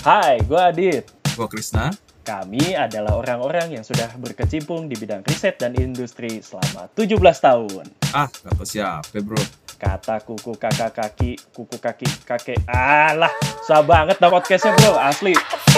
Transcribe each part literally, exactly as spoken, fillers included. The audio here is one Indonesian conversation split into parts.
Hai, gue Adit. Gua Krisna. Kami adalah orang-orang yang sudah berkecimpung di bidang riset dan industri selama tujuh belas tahun. Ah, kata siapa bro? Kata kuku kakak kaki, kuku kaki kakek. Alah, susah banget dah podcastnya bro, asli.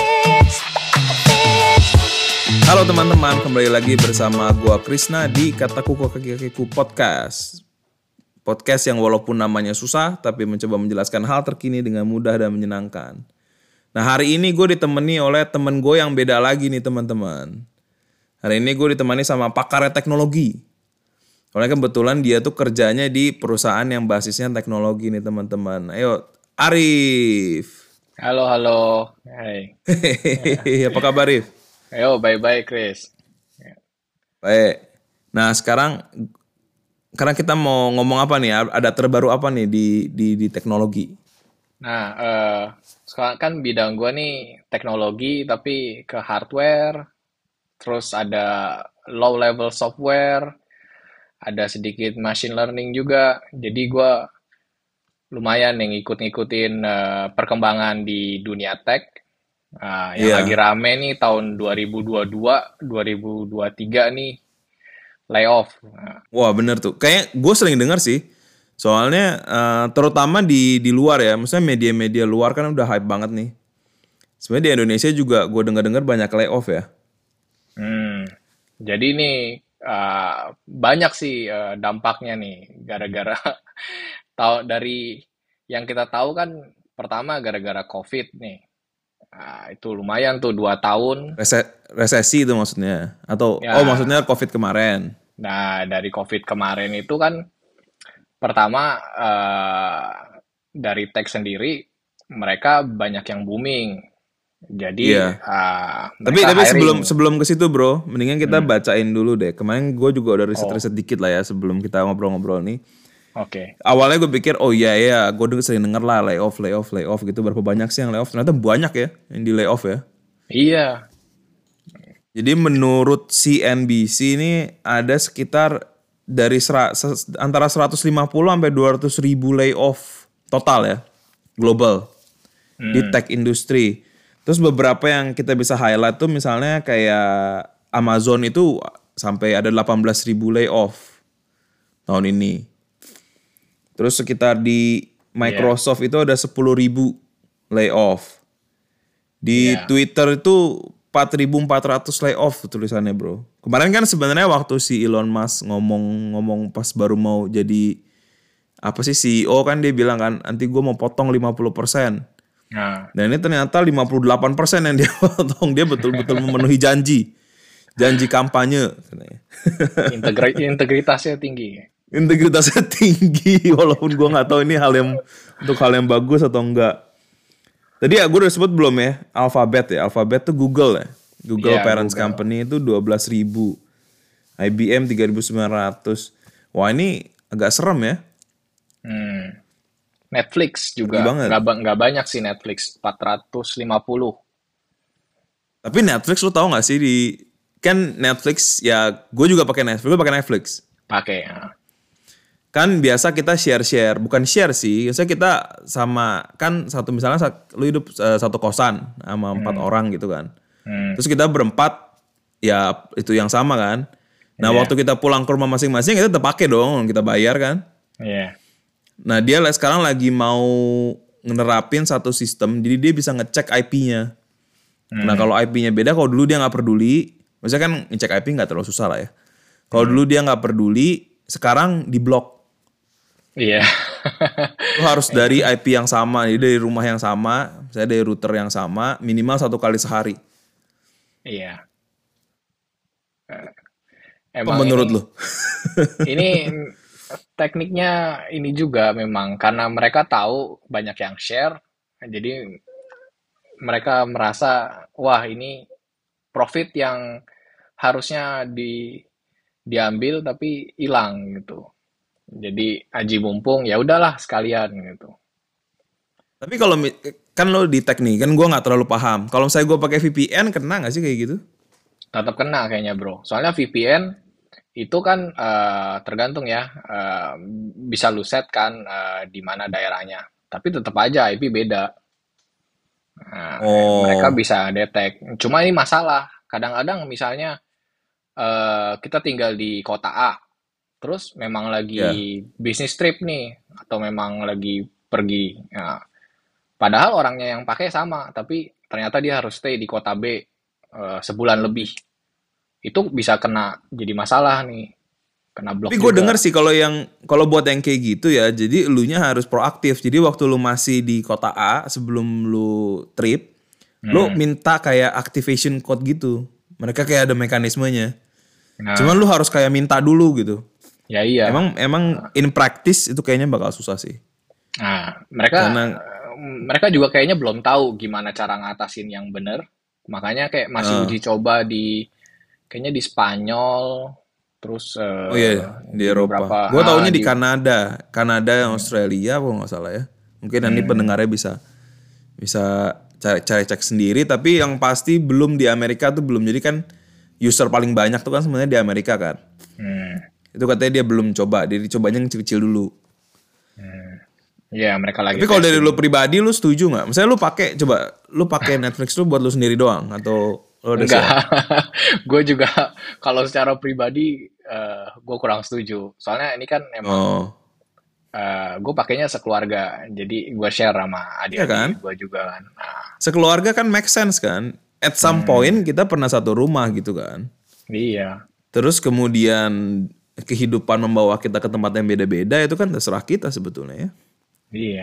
Halo teman-teman, kembali lagi bersama gua Krisna di Kata Kuku Kaki Kakiku Podcast. Podcast yang walaupun namanya susah, tapi mencoba menjelaskan hal terkini dengan mudah dan menyenangkan. Nah hari ini gue ditemani oleh temen gue yang beda lagi nih teman-teman. Hari ini gue ditemani sama pakar teknologi. Soalnya kebetulan dia tuh kerjanya di perusahaan yang basisnya teknologi nih teman-teman. Ayo Arif. Halo, halo. Hai. Hehehe, apa kabar Arif? Ayo, bye-bye, Chris. Baik. Nah sekarang, sekarang kita mau ngomong apa nih? Ada terbaru apa nih di di, di teknologi? Nah, eh, sekarang kan bidang gua nih teknologi, tapi ke hardware, terus ada low level software, ada sedikit machine learning juga. Jadi gua lumayan nih ngikut-ngikutin eh, perkembangan di dunia tech. Ah, yang Iya. lagi rame nih tahun dua ribu dua puluh dua, dua ribu dua puluh tiga nih layoff. Nah, Wah bener tuh. Kayak gue sering dengar sih. Soalnya eh, terutama di di luar ya. Maksudnya media-media luar kan udah hype banget nih. Sebenarnya di Indonesia juga gue dengar-dengar banyak layoff ya. Hmm, jadi nih uh, banyak sih uh, dampaknya nih gara-gara tahu dari yang kita tahu kan pertama gara-gara COVID nih. Ah, itu lumayan tuh dua tahun. Rese- resesi itu maksudnya. Atau oh Ya, maksudnya COVID kemarin. nah dari COVID kemarin itu kan pertama uh, dari tech sendiri mereka banyak yang booming. Jadi Iya. uh, Tapi mereka tapi sebelum hiring. sebelum ke situ bro, mendingan kita Hmm. bacain dulu deh. Kemarin gue juga udah Oh, riset-riset dikit lah ya sebelum kita ngobrol-ngobrol nih. oke. Awalnya gue pikir oh iya iya, gue udah sering denger lah layoff layoff layoff gitu. Berapa banyak sih yang layoff? Ternyata banyak ya yang di layoff ya. Iya. Jadi menurut C N B C ini ada sekitar dari sera- ses- antara seratus lima puluh sampai dua ratus ribu layoff total ya, global di Hmm. tech industry. Terus beberapa yang kita bisa highlight tuh misalnya kayak Amazon itu sampai ada delapan belas ribu layoff tahun ini. Terus sekitar di Iya. Microsoft itu ada sepuluh ribu layoff. Di Iya. Twitter itu empat ribu empat ratus layoff tuh tulisannya bro. Kemarin kan sebenarnya waktu si Elon Musk ngomong-ngomong pas baru mau jadi apa sih C E O kan dia bilang kan nanti gue mau potong lima puluh persen. Nah, Dan ini ternyata lima puluh delapan persen yang dia potong. Dia betul-betul memenuhi janji. Janji kampanye. Katanya. integri- integritasnya tinggi. Integritasnya tinggi. Walaupun gue gak tahu ini hal yang untuk hal yang bagus atau enggak. Tadi ya gue udah sebut belum ya. Alphabet ya. Alphabet tuh Google ya. Google Iya, Parents Google. Company itu dua belas ribu. I B M tiga ribu sembilan ratus. Wah ini agak serem ya. Hmm. Netflix Ngeri juga banget. nggak ba- nggak banyak sih Netflix empat ratus lima puluh. Tapi Netflix lu tahu gak sih di... Kan Netflix ya gue juga pakai Netflix. Gue pakai Netflix. Pakai. Ya. Kan biasa kita share-share, bukan share sih. Biasanya kita sama kan satu misalnya sa- lu hidup eh, satu kosan sama empat Hmm. orang gitu kan. Hmm. Terus kita berempat ya itu yang sama kan. Nah, Iya. waktu kita pulang ke rumah masing-masing kita tetap pakai dong, kita bayar kan. Iya. Nah, dia lah sekarang lagi mau ngerapin satu sistem jadi dia bisa ngecek I P-nya. Nah, Hmm. kalau I P-nya beda, kalau dulu dia nggak peduli, maksudnya kan ngecek I P nggak terlalu susah lah ya. Kalau dulu dia nggak peduli, sekarang diblok. Iya. Lu harus dari I P yang sama, jadi dari rumah yang sama, misalnya dari router yang sama, minimal satu kali sehari. Iya. Apa Emang menurut ini lu? ini tekniknya ini juga memang karena mereka tahu banyak yang share, jadi mereka merasa wah ini profit yang harusnya di diambil tapi hilang gitu. Jadi aji mumpung ya udahlah sekalian gitu. Tapi kalau mi- kan lo di tech nih, kan gue nggak terlalu paham. Kalau saya gue pakai V P N, kena nggak sih kayak gitu? Tetap kena kayaknya bro. Soalnya V P N itu kan eh, tergantung ya, eh, bisa lu set kan eh, di mana daerahnya. Tapi tetap aja I P beda. Nah, Oh. mereka bisa detect. Cuma ini masalah. Kadang-kadang misalnya eh, kita tinggal di kota A, terus memang Ya. lagi bisnis trip nih, atau memang lagi pergi. Nah, padahal orangnya yang pakai sama, tapi ternyata dia harus stay di kota B eh, sebulan lebih. Itu bisa kena jadi masalah nih, kena blok Tapi gue juga. denger sih kalau yang kalau buat yang kayak gitu ya, jadi elunya harus proaktif. Jadi waktu lu masih di kota A sebelum lu trip, lu Hmm. minta kayak activation code gitu. Mereka kayak ada mekanismenya. Nah, Cuman lu harus kayak minta dulu gitu. ya iya. Emang emang in practice itu kayaknya bakal susah sih. Nah, mereka Karena mereka juga kayaknya belum tahu gimana cara ngatasin yang benar. Makanya kayak masih eh, uji coba di kayaknya di Spanyol, terus oh eh, iya di di Eropa. beberapa Gue ah taunya di di Kanada, Kanada, Australia, apa nggak salah ya. Mungkin nanti hmm, pendengarnya bisa bisa cari cari cek sendiri. Tapi yang pasti belum di Amerika tuh belum. Jadi kan user paling banyak tuh kan sebenarnya di Amerika kan. hmm, Itu katanya dia belum coba, dia dicobanya yang kecil-kecil dulu. ya mereka lagi Tapi kalau dari testing. lu pribadi lu setuju nggak? Misalnya lu pakai coba lu pakai Netflix lu buat lu sendiri doang atau lu udah Enggak, share? gue juga kalau secara pribadi eh gue kurang setuju. Soalnya ini kan emang Oh, eh gue pakainya sekeluarga, jadi gue share sama iya kan? adik-adik gue juga kan. Nah, Sekeluarga kan make sense kan? At some point kita pernah satu rumah gitu kan. iya, Terus kemudian kehidupan membawa kita ke tempat yang beda-beda itu kan terserah kita sebetulnya ya. iya,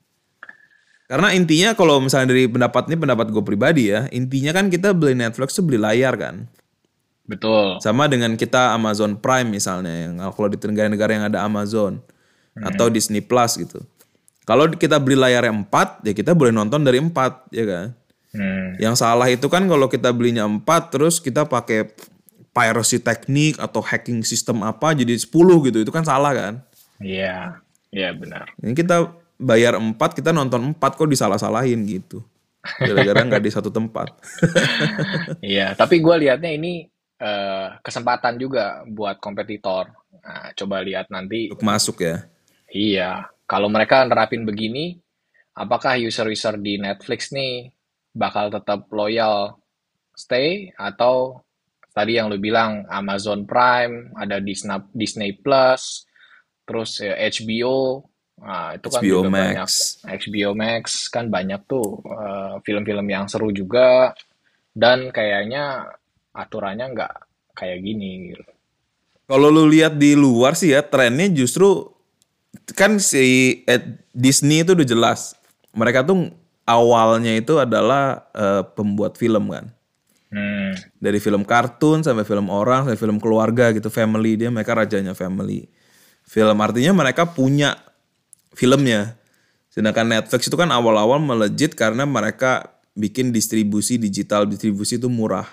Karena intinya kalau misalnya dari pendapat ini pendapat gue pribadi ya, intinya kan kita beli Netflix tuh beli layar kan. betul. Sama dengan kita Amazon Prime misalnya, yang kalau di negara-negara yang ada Amazon atau Disney Plus gitu. Kalau kita beli layar yang empat, ya kita boleh nonton dari empat, ya kan. Hmm, Yang salah itu kan kalau kita belinya empat, terus kita pakai piracy teknik atau hacking sistem apa jadi sepuluh gitu, itu kan salah kan. iya, iya benar. Ini kita bayar empat, kita nonton empat kok disalah-salahin gitu. Gara-gara nggak di satu tempat. Iya, tapi gue lihatnya ini eh, kesempatan juga buat kompetitor. Nah, coba lihat nanti. Untuk masuk ya. Iya, kalau mereka nerapin begini, apakah user-user di Netflix nih bakal tetap loyal stay, atau tadi yang lu bilang Amazon Prime, ada Disney Disney Plus, terus ya, H B O, nah, itu kan H B O juga banyak. Max. H B O Max kan banyak tuh eh, film-film yang seru juga, dan kayaknya aturannya nggak kayak gini gitu. Kalau lu lihat di luar sih ya, trennya justru kan si eh, Disney itu udah jelas. Mereka tuh awalnya itu adalah eh, pembuat film kan. Hmm, Dari film kartun sampai film orang sampai film keluarga gitu, family, dia mereka rajanya family. Film artinya mereka punya filmnya. Sedangkan Netflix itu kan awal-awal melejit karena mereka bikin distribusi digital, distribusi itu murah.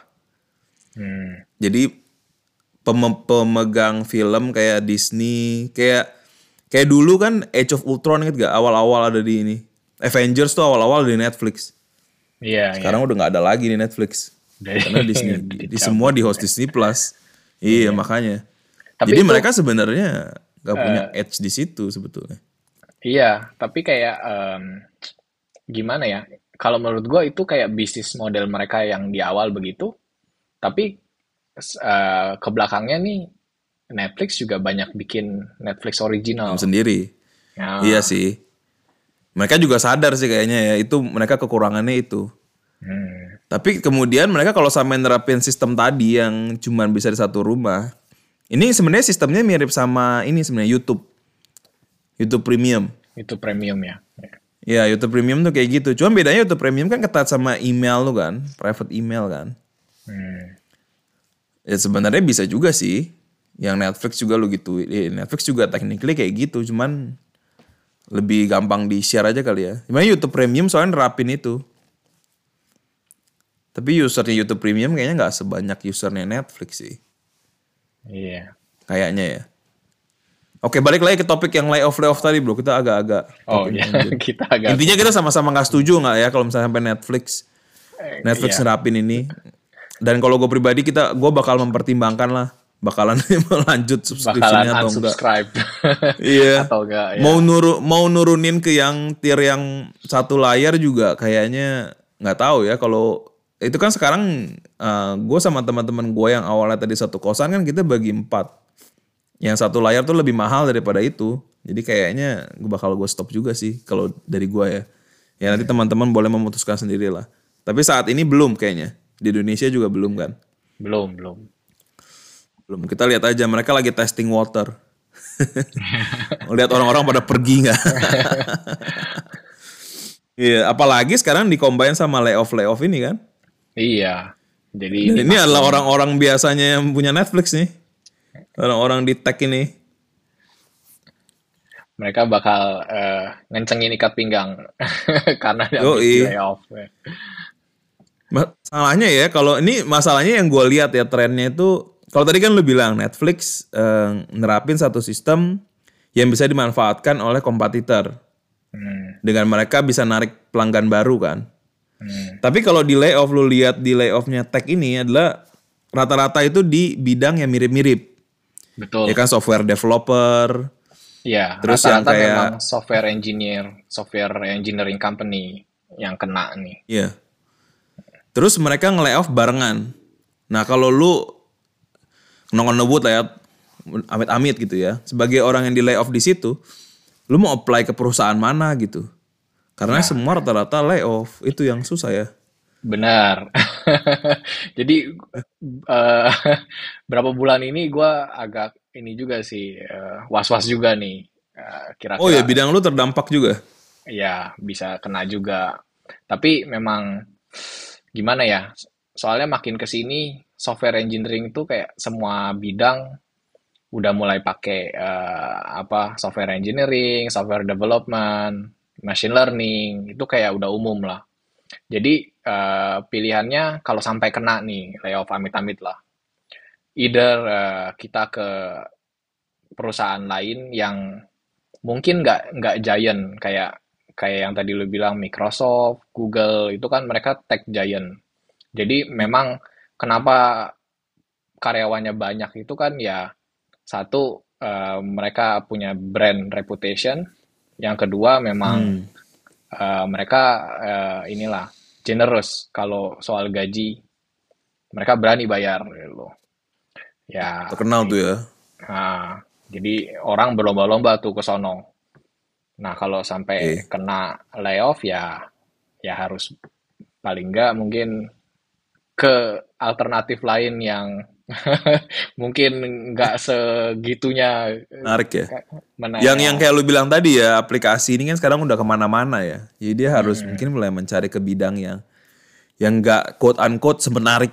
hmm, Jadi pem- pemegang film kayak Disney, kayak kayak dulu kan Age of Ultron gitu gak? Awal-awal ada di ini. Avengers tuh awal-awal di Netflix. iya, iya. Sekarang udah nggak ada lagi di Netflix. Dari- Karena Disney di, di semua di host Disney Plus. Iya, makanya. Tapi Jadi itu- mereka sebenarnya nggak punya edge di situ sebetulnya. Iya, tapi kayak em, gimana ya? Kalau menurut gue itu kayak bisnis model mereka yang di awal begitu, tapi s- eh, ke belakangnya nih Netflix juga banyak bikin Netflix original. Film sendiri. Ya, Iya sih. Mereka juga sadar sih kayaknya ya, itu mereka kekurangannya itu. hmm, Tapi kemudian mereka kalau sampai nerapin sistem tadi yang cuman bisa di satu rumah, ini sebenarnya sistemnya mirip sama ini sebenarnya YouTube. YouTube Premium. itu premium ya. Ya, YouTube Premium tuh kayak gitu. Cuma bedanya YouTube Premium kan ketat sama email lu kan, private email kan. Hmm, Ya sebenarnya bisa juga sih. Yang Netflix juga lu gitu. Eh, Netflix juga technically kayak gitu, cuman lebih gampang di-share aja kali ya. Cuman YouTube Premium soalnya nerapin itu. Tapi usernya YouTube Premium kayaknya nggak sebanyak usernya Netflix sih. iya. Kayaknya ya. Oke, balik lagi ke topik yang layoff layoff tadi bro. Kita agak-agak. Oh iya, kita agak Intinya kita sama-sama nggak setuju nggak ya kalau misalnya sampai Netflix Netflix iya. nerapin ini. Dan kalau gue pribadi kita gue bakal mempertimbangkan lah bakalan lanjut bakalan subscription-nya atau enggak. unsubscribe. Iya. Atau enggak ya. Mau nuru mau nurunin ke yang tier yang satu layar juga kayaknya nggak tahu ya kalau itu kan sekarang uh, gue sama teman-teman gue yang awalnya tadi satu kosan kan kita bagi empat. Yang satu layar tuh lebih mahal daripada itu. Jadi kayaknya gue bakal gue stop juga sih kalau dari gue ya. Ya nanti teman-teman boleh memutuskan sendiri lah. Tapi saat ini belum kayaknya. Di Indonesia juga belum kan? Belum, belum. Belum. Kita lihat aja mereka lagi testing water. Lihat orang-orang pada pergi nggak? Iya, apalagi sekarang di-combine sama layoff-layoff ini kan? Iya. Jadi Dan ini ini makin- adalah orang-orang biasanya yang punya Netflix nih. Orang-orang di tech ini. mereka bakal eh, ngencengin ikat pinggang karena ada Yoi. layoff. Masalahnya ya, kalau ini masalahnya yang gue lihat ya trennya itu, kalau tadi kan lu bilang Netflix eh, nerapin satu sistem yang bisa dimanfaatkan oleh kompetitor. Hmm, Dengan mereka bisa narik pelanggan baru kan. hmm. Tapi kalau di layoff, lu lihat di layoffnya tech ini adalah rata-rata itu di bidang yang mirip-mirip. Betul. Ya kan software developer. Iya, Terus yang rata-rata kayak- memang software engineer, software engineering company yang kena nih. Iya. Terus mereka nge-layoff barengan. Nah kalau lu nongol-ngebut lah ya, amit-amit gitu ya. Sebagai orang yang di layoff di situ, lu mau apply ke perusahaan mana gitu. Karena semua rata-rata layoff, itu yang susah ya. Benar. Jadi eh, berapa bulan ini gue agak ini juga sih eh, was-was juga nih. Eh, kira-kira Oh ya bidang lu terdampak juga. ya bisa kena juga. Tapi memang gimana ya? Soalnya makin ke sini software engineering itu kayak semua bidang udah mulai pakai eh, apa software engineering, software development, machine learning itu kayak udah umum lah. Jadi eh, pilihannya kalau sampai kena nih layoff amit-amit lah, either eh, kita ke perusahaan lain yang mungkin nggak nggak giant kayak kayak yang tadi lu bilang Microsoft, Google itu kan mereka tech giant. Jadi memang kenapa karyawannya banyak itu kan ya satu eh, mereka punya brand reputation, yang kedua memang Hmm. eh, mereka eh, inilah generous kalau soal gaji, mereka berani bayar gitu. Ya, Terkenal tuh ya. nah, jadi orang berlomba-lomba tuh ke sono. Nah, kalau sampai Oke. kena layoff ya ya harus paling nggak mungkin ke alternatif lain yang mungkin nggak segitunya Menarik ya. mana Yang yang kayak lu bilang tadi ya, aplikasi ini kan sekarang udah kemana-mana ya. Jadi dia harus Hmm. mungkin mulai mencari ke bidang yang yang nggak quote unquote semenarik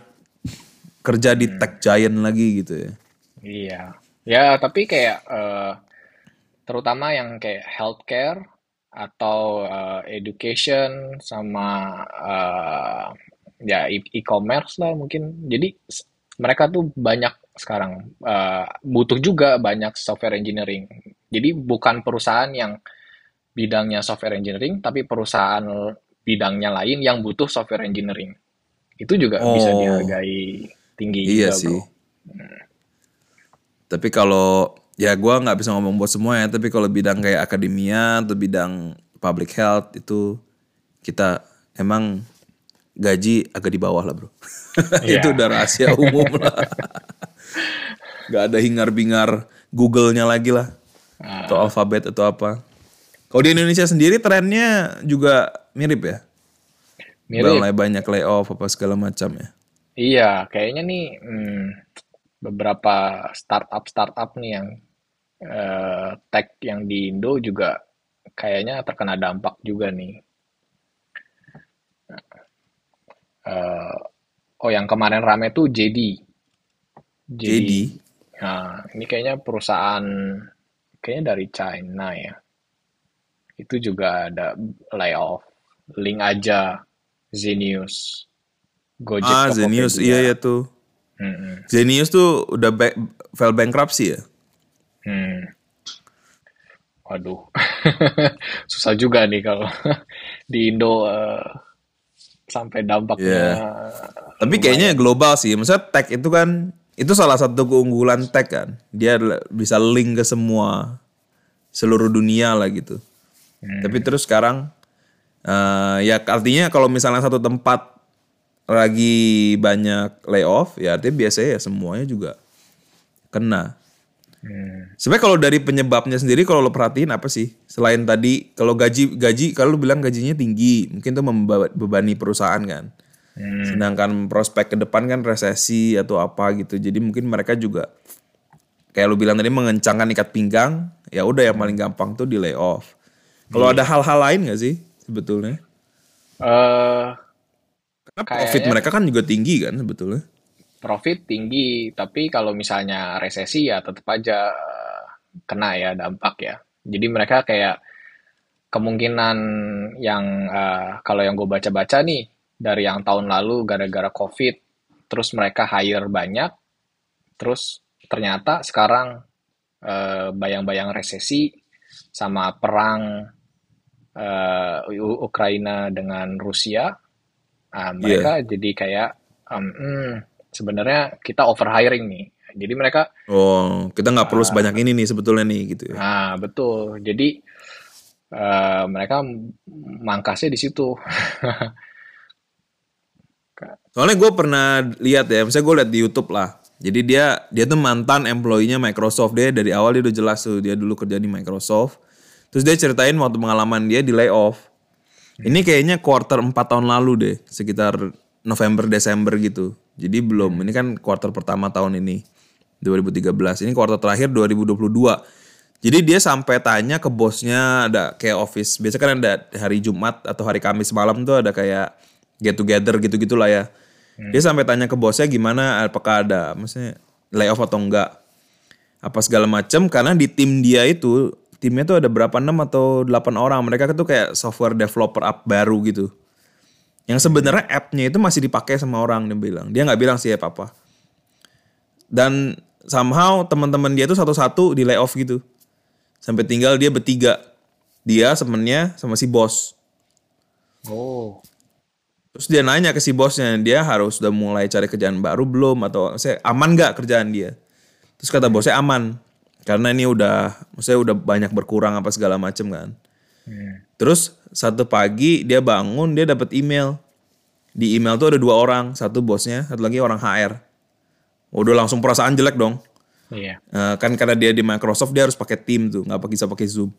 kerja di tech giant lagi gitu ya. Iya. Ya, tapi kayak eh, terutama yang kayak healthcare atau eh, education sama eh, ya e- e-commerce lah mungkin. Jadi s- mereka tuh banyak sekarang eh, butuh juga banyak software engineering. Jadi bukan perusahaan yang bidangnya software engineering, tapi perusahaan bidangnya lain yang butuh software engineering. Itu juga bisa Oh. dihargai tinggi Iya juga, sih. bro. Tapi kalau ya gua nggak bisa ngomong buat semua ya. Tapi kalau bidang kayak akademia atau bidang public health itu kita emang gaji agak di bawah lah bro. Iya. Itu udah rahasia umum lah. Gak ada hingar-bingar Google-nya lagi lah. Atau Alphabet atau apa. Kalau di Indonesia sendiri trennya juga mirip ya? Mirip. Mulai banyak layoff apa segala macam ya. Iya, kayaknya nih hmm, beberapa startup-startup nih yang eh, tech yang di Indo juga kayaknya terkena dampak juga nih. Eh, oh, yang kemarin rame tuh J D. Jadi Nah, ini kayaknya perusahaan kayaknya dari China ya. Itu juga ada layoff. Link aja, Zenius, Gojek, ah Zenius Tokopedia. iya ya tuh. Mm-mm. Zenius tuh udah ba- fail bankruptcy ya. Hmm. Waduh, susah juga nih kalau di Indo eh, sampai dampaknya. Tapi kayaknya global sih. Maksudnya tech itu kan itu salah satu keunggulan tech kan. Dia adalah- bisa link ke semua seluruh dunia lah gitu. Tapi terus sekarang Eh, ya artinya kalau misalnya satu tempat lagi banyak layoff, ya artinya biasanya ya semuanya juga kena. Hmm. Sebenarnya kalau dari penyebabnya sendiri, kalau lo perhatiin apa sih? Selain tadi, kalau gaji gaji kalau lo bilang gajinya tinggi, mungkin itu membebani perusahaan kan. Hmm. Sedangkan prospek ke depan kan resesi atau apa gitu. Jadi mungkin mereka juga kayak lo bilang tadi mengencangkan ikat pinggang, ya udah yang paling gampang tuh di layoff. Kalau Iya. ada hal-hal lain nggak sih sebetulnya? Eh, Karena profit kayaknya mereka kan juga tinggi kan sebetulnya. profit tinggi, tapi kalau misalnya resesi ya tetap aja eh, kena ya dampak ya. Jadi mereka kayak kemungkinan yang eh, kalau yang gue baca-baca nih dari yang tahun lalu gara-gara COVID, terus mereka hire banyak, terus ternyata sekarang eh, bayang-bayang resesi sama perang eh, U- Ukraina dengan Rusia, ah, Iya. mereka jadi kayak um, hmm, sebenarnya kita overhiring nih. Jadi mereka, Oh, kita nggak perlu ah, sebanyak ini nih sebetulnya nih gitu ya. ah, betul. Jadi eh, mereka mangkasnya di situ. Soalnya gue pernah lihat ya, misalnya gue lihat di YouTube lah. Jadi dia dia tuh mantan employee-nya Microsoft. Dia dari awal dia udah jelas tuh dia dulu kerja di Microsoft. Terus dia ceritain waktu pengalaman dia di layoff. Ini kayaknya quarter empat tahun lalu deh, sekitar November Desember gitu. Jadi belum, ini kan quarter pertama tahun ini dua ribu tiga belas. Ini quarter terakhir dua ribu dua puluh dua. Jadi dia sampai tanya ke bosnya, ada kayak office. Biasanya kan ada hari Jumat atau hari Kamis malam tuh ada kayak get together gitu-gitu lah ya. Dia sampai tanya ke bosnya gimana, apakah ada maksudnya layoff atau enggak. Apa segala macam, karena di tim dia itu, timnya tuh ada berapa, enam atau delapan orang. Mereka tuh kayak software developer app baru gitu. Yang sebenarnya app-nya itu masih dipakai sama orang, dia bilang. Dia nggak bilang sih apa-apa. Dan somehow teman-teman dia tuh satu-satu di layoff gitu. Sampai tinggal dia bertiga. Dia, temennya, sama si bos. Oh, Terus dia nanya ke si bosnya, dia harus udah mulai cari kerjaan baru belum? Atau saya aman nggak kerjaan dia? Terus kata bosnya aman. Karena ini udah, maksudnya udah banyak berkurang apa segala macem kan. Terus satu pagi dia bangun, dia dapat email. Di email tuh ada dua orang, satu bosnya, satu lagi orang H R. Udah langsung perasaan jelek dong. iya. Eh, kan karena dia di Microsoft dia harus pakai Team tuh, nggak bisa pakai Zoom.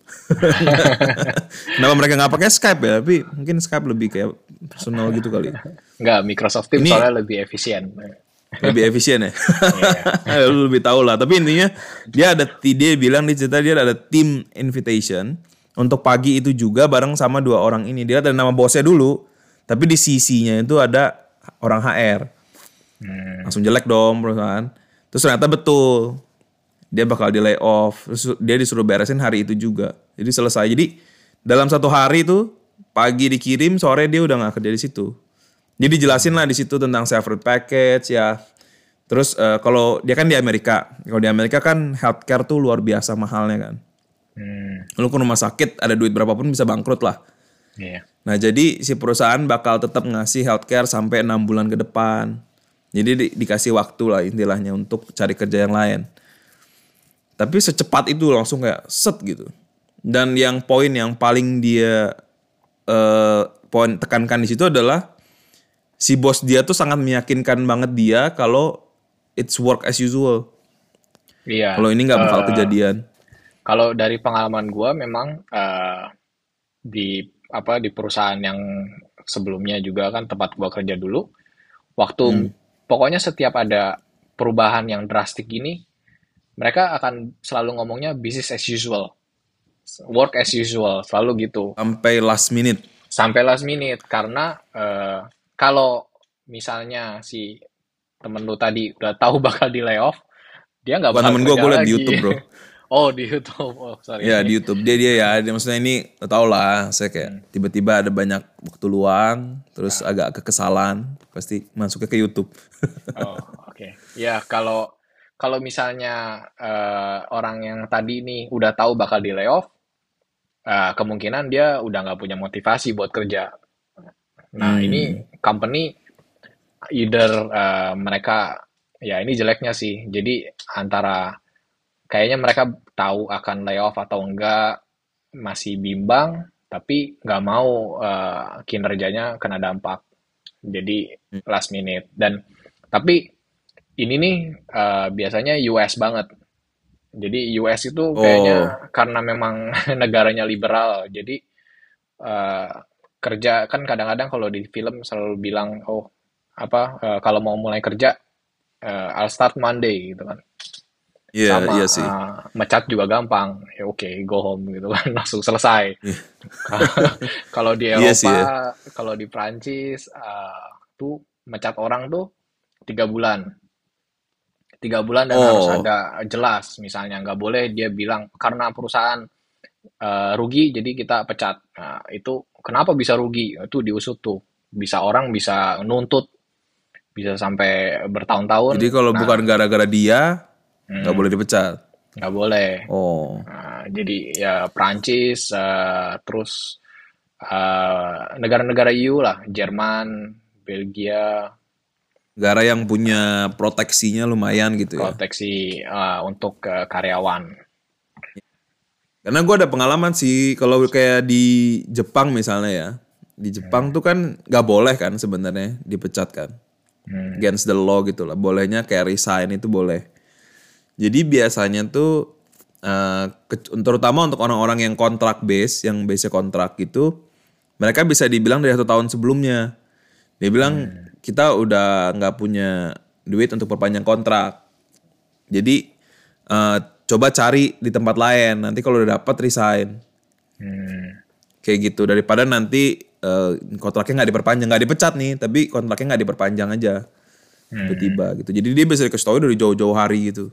Kenapa mereka nggak pakai Skype ya? Tapi mungkin Skype lebih kayak personal gitu kali. Nggak, Microsoft Teams Ini soalnya lebih efisien. lebih efisien ya. Iya. Lu lebih tahu lah. Tapi intinya dia ada dia bilang di cerita dia ada team invitation untuk pagi itu juga bareng sama dua orang ini. Dia ada nama bosnya dulu, tapi di sisinya itu ada orang H R. Langsung jelek dong perusahaan. Terus ternyata betul. Dia bakal di layoff. Terus dia disuruh beresin hari itu juga. Jadi selesai. Jadi dalam satu hari itu pagi dikirim, sore dia udah nggak kerja di situ. Jadi jelasin lah di situ tentang severance package ya. Terus eh, kalau dia kan di Amerika. Kalau di Amerika kan healthcare tuh luar biasa mahalnya kan. Hmm, Lu ke rumah sakit ada duit berapapun bisa bangkrut lah. iya. Nah jadi si perusahaan bakal tetap ngasih healthcare sampai enam bulan ke depan. Jadi di- dikasih waktu lah istilahnya untuk cari kerja yang lain. Tapi secepat itu langsung kayak set gitu. Dan yang poin yang paling dia eh, poin tekankan di situ adalah si bos dia tuh sangat meyakinkan banget dia kalau it's work as usual. Iya. Kalau ini nggak bakal Eh, kejadian. kalau dari pengalaman gua memang eh, di apa di perusahaan yang sebelumnya juga kan tempat gua kerja dulu, waktu pokoknya setiap ada perubahan yang drastik gini, mereka akan selalu ngomongnya business as usual, work as usual, selalu gitu. Sampai last minute. Sampai last minute karena eh, kalau misalnya si temen lu tadi udah tahu bakal di layoff, dia nggak Bukan bakal temen gue, kerja gue liat di lagi. YouTube bro. Oh, di YouTube. Oh, sorry. Ya di YouTube dia dia ya, dia maksudnya ini lo tau lah, saya kayak tiba-tiba ada banyak waktu luang, terus agak kekesalan, pasti masuknya ke YouTube. Oh, oke. Ya, kalau kalau misalnya eh, orang yang tadi nih udah tahu bakal di layoff, eh, kemungkinan dia udah nggak punya motivasi buat kerja. Nah, ini company either eh, mereka ya ini jeleknya sih. Jadi antara kayaknya mereka tahu akan layoff atau enggak masih bimbang, tapi nggak mau uh, kinerjanya kena dampak. Jadi last minute. Dan tapi ini nih uh, biasanya U S banget. Jadi U S itu kayaknya Oh, karena memang negaranya liberal, jadi uh, kerja kan kadang-kadang kalau di film selalu bilang, oh apa uh, kalau mau mulai kerja uh, I'll start Monday gitu kan. iya Sama iya sih. uh, mecat juga gampang, ya oke go home gitu kan langsung selesai. Iya Kalau di iya sih ya. Eropa, kalau di Prancis uh, tuh mecat orang tuh tiga bulan. Tiga bulan dan harus Oh, ada jelas, misalnya nggak boleh dia bilang karena perusahaan eh, rugi jadi kita pecat. Nah, itu kenapa bisa rugi? Itu diusut tuh. Bisa orang bisa nuntut, bisa sampai bertahun-tahun. jadi kalau Nah, bukan gara-gara dia nggak boleh hmm, dipecat. nggak boleh. Oh, Nah, jadi ya Prancis, eh, terus eh, negara-negara E U lah, Jerman, Belgia, negara yang punya proteksinya lumayan gitu ya. proteksi eh, untuk eh, karyawan. Karena gue ada pengalaman sih kalau kayak di Jepang misalnya ya. Di Jepang tuh kan nggak boleh kan sebenarnya dipecat kan. Hmm. Against the law gitu lah. Bolehnya kayak resign itu boleh. Jadi biasanya tuh eh, ke- terutama untuk orang-orang yang kontrak base, yang base kontrak gitu, mereka bisa dibilang dari satu tahun sebelumnya. Dia bilang kita udah nggak punya duit untuk perpanjang kontrak. Jadi eh, coba cari di tempat lain. Nanti kalau udah dapat resign. Hmm. Kayak gitu daripada nanti eh, kontraknya nggak diperpanjang, nggak dipecat nih, tapi kontraknya nggak diperpanjang aja tiba-tiba gitu. Jadi dia bisa dikasih tahu dari jauh-jauh hari gitu.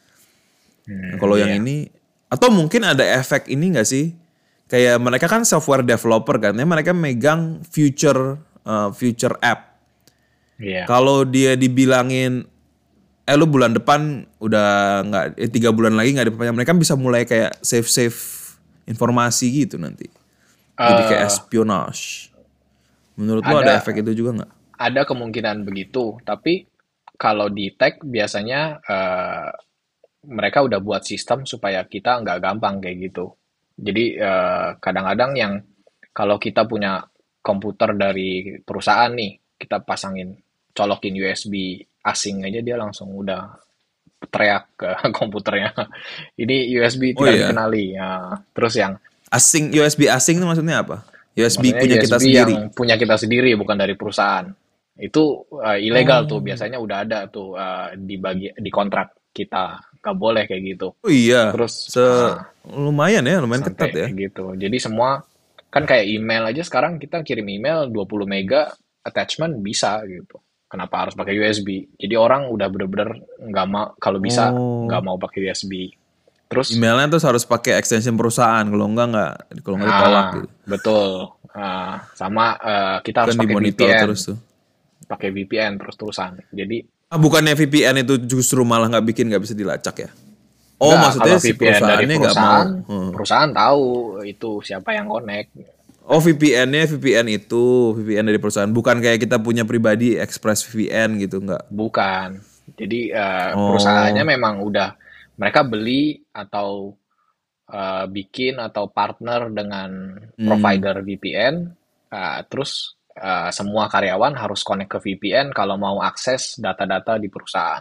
Nah, Hmm, kalau yang iya. ini atau mungkin ada efek ini nggak sih? Kayak mereka kan software developer kan, ya mereka megang future eh, future app. Iya. Kalau dia dibilangin eh lu bulan depan udah nggak eh, tiga bulan lagi nggak diperpanjang, mereka bisa mulai kayak save save informasi gitu nanti. Jadi kayak Eh, espionage. Menurut lu ada ada efek itu juga nggak? ada kemungkinan begitu, tapi kalau di tech biasanya eh, mereka udah buat sistem supaya kita nggak gampang kayak gitu. Jadi eh, kadang-kadang yang kalau kita punya komputer dari perusahaan nih, kita pasangin, colokin U S B asing aja dia langsung udah teriak ke komputernya. Ini U S B Oh tidak iya, dikenali. Ya, terus yang asing U S B asing itu maksudnya apa? U S B maksudnya punya kita U S B yang sendiri. punya kita sendiri bukan dari perusahaan. Itu uh, ilegal tuh, Oh, biasanya udah ada tuh uh, di bagi di kontrak kita. Nggak boleh kayak gitu. oh iya, Terus se uh, lumayan ya, lumayan ketat sampai ya. kayak gitu. Jadi semua kan kayak email aja sekarang kita kirim email dua puluh mega attachment bisa gitu. Kenapa harus pakai U S B? Jadi orang udah bener-bener nggak mau, kalau bisa nggak Oh, mau pakai U S B. Terus emailnya tuh harus pakai extension perusahaan, kalau enggak nggak, kalau nggak ditolak ah gitu. betul. Ah, sama eh, kita harus Kan pakai dimonitor V P N, terus tuh. pakai V P N terus-terusan. Jadi Ah, bukannya V P N itu justru malah nggak bikin nggak bisa dilacak ya? Oh, enggak, kalau maksudnya si V P N dari perusahaannya nggak mau. perusahaan, Hmm. perusahaan tahu itu siapa yang connect. Oh, V P N-nya V P N itu, V P N dari perusahaan. Bukan kayak kita punya pribadi Express V P N gitu, nggak. Bukan. Jadi eh, perusahaannya Oh, memang udah mereka beli atau eh, bikin atau partner dengan hmm. provider V P N, eh, terus eh, semua karyawan harus connect ke V P N kalau mau akses data-data di perusahaan.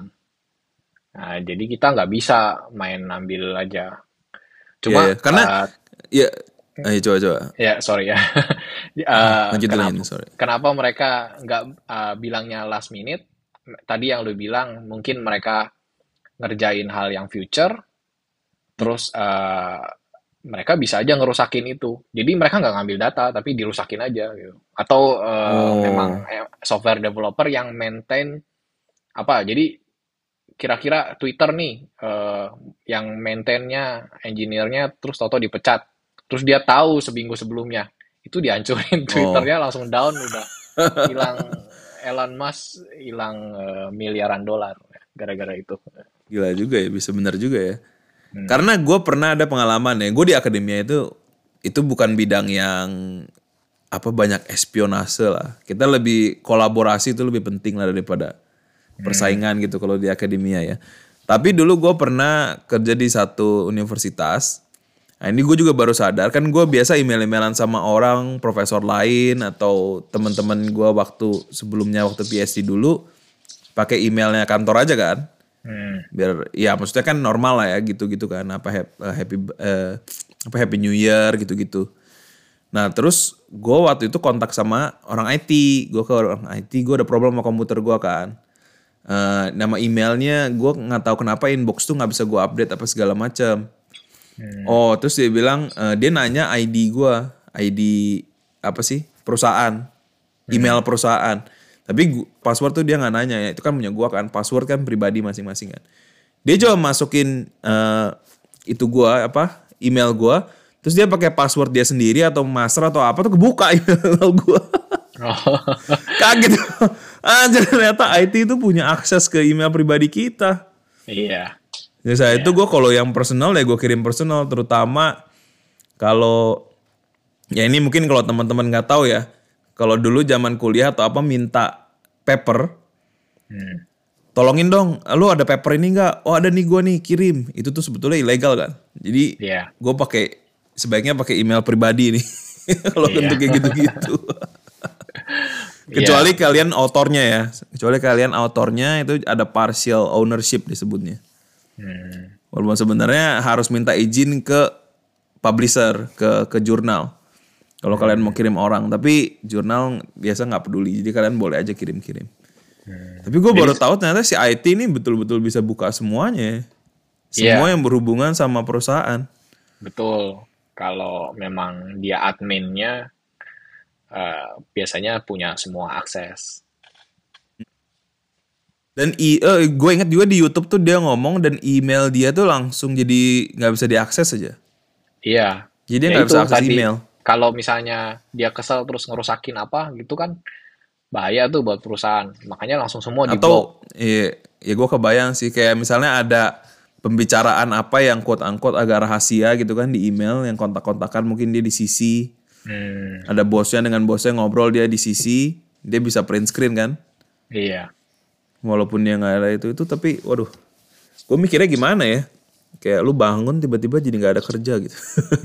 Nah, jadi kita nggak bisa main ambil aja. Iya, Cuma ya. Karena, eh, ya, ayo coba coba. ya sorry ya. Eh, Lanjut dulu kenapa ini, sorry. kenapa mereka nggak eh, bilangnya last minute? Tadi yang lu bilang mungkin mereka ngerjain hal yang future, terus eh, mereka bisa aja ngerusakin itu. Jadi mereka nggak ngambil data, tapi dirusakin aja gitu. Atau eh, memang Oh, eh, software developer yang maintain apa? Jadi kira-kira Twitter nih eh, yang maintainnya, engineer-nya terus toto dipecat. Terus dia tahu seminggu sebelumnya itu dihancurin oh, Twitternya langsung down udah hilang. Elon Musk hilang eh, miliaran dolar gara-gara itu. gila juga ya, bisa benar juga ya. Hmm. Karena gue pernah ada pengalaman ya, gue di akademia itu, itu bukan bidang yang apa banyak espionase lah. Kita lebih kolaborasi itu lebih penting lah daripada persaingan gitu kalau di akademia ya. Tapi dulu gue pernah kerja di satu universitas, Nah ini gue juga baru sadar, kan gue biasa email-emailan sama orang, profesor lain atau teman-teman gue waktu sebelumnya waktu P H D dulu pakai emailnya kantor aja kan, Hmm. biar ya maksudnya kan normal lah ya gitu-gitu kan, apa happy happy, eh, apa happy New Year gitu-gitu. Nah terus gue waktu itu kontak sama orang I T, gue ke orang I T, gue ada problem sama komputer gue kan. Eh, nama emailnya gue nggak tahu kenapa inbox tuh nggak bisa gue update apa segala macam. Hmm. Oh, terus dia bilang eh, dia nanya I D gua, I D apa sih? Perusahaan. Email perusahaan. Tapi gu- password tuh dia nggak nanya ya. Itu kan punya gua kan. Password kan pribadi masing-masing kan. Dia coba masukin eh, itu gua apa? Email gua, terus dia pakai password dia sendiri atau master atau apa tuh kebuka email gua. Oh. Kaget. Anjir ternyata I T itu punya akses ke email pribadi kita. Iya. Jadi saya itu gue kalau yang personal ya gue kirim personal, terutama kalau ya ini mungkin kalau teman-teman nggak tahu ya, kalau dulu zaman kuliah atau apa minta paper, Hmm. tolongin dong, lu ada paper ini nggak? Oh ada nih gue nih kirim, itu tuh sebetulnya ilegal kan. Jadi Iya. gue pakai sebaiknya pakai email pribadi nih kalau Iya. untuk kayak gitu-gitu. Kecuali kalian autornya ya, kecuali kalian autornya itu ada partial ownership disebutnya. Hmm. Walaupun sebenarnya harus minta izin ke publisher, ke ke jurnal. Kalau kalian mau kirim orang, tapi jurnal biasa nggak peduli, jadi kalian boleh aja kirim-kirim. Tapi gue baru tahu ternyata si I T ini betul-betul bisa buka semuanya, semua Iya. yang berhubungan sama perusahaan. Betul. Kalau memang dia adminnya, eh, biasanya punya semua akses. Dan i, eh, gue ingat juga di YouTube tuh dia ngomong dan email dia tuh langsung jadi nggak bisa diakses aja. Iya. Jadi dia Ya nggak itu bisa akses tadi. email. Kalau misalnya dia kesel terus ngerusakin apa gitu kan bahaya tuh buat perusahaan. Makanya langsung semua di-block. Atau iya, ya gue kebayang sih kayak misalnya ada pembicaraan apa yang quote unquote agak rahasia gitu kan di email yang kontak-kontakan mungkin dia di C C. Hmm. Ada bosnya dengan bosnya ngobrol dia di C C, dia bisa print screen kan. Iya. Walaupun dia nggak ada itu itu tapi waduh, gue mikirnya gimana ya? Kayak lu bangun tiba-tiba jadi nggak ada kerja gitu.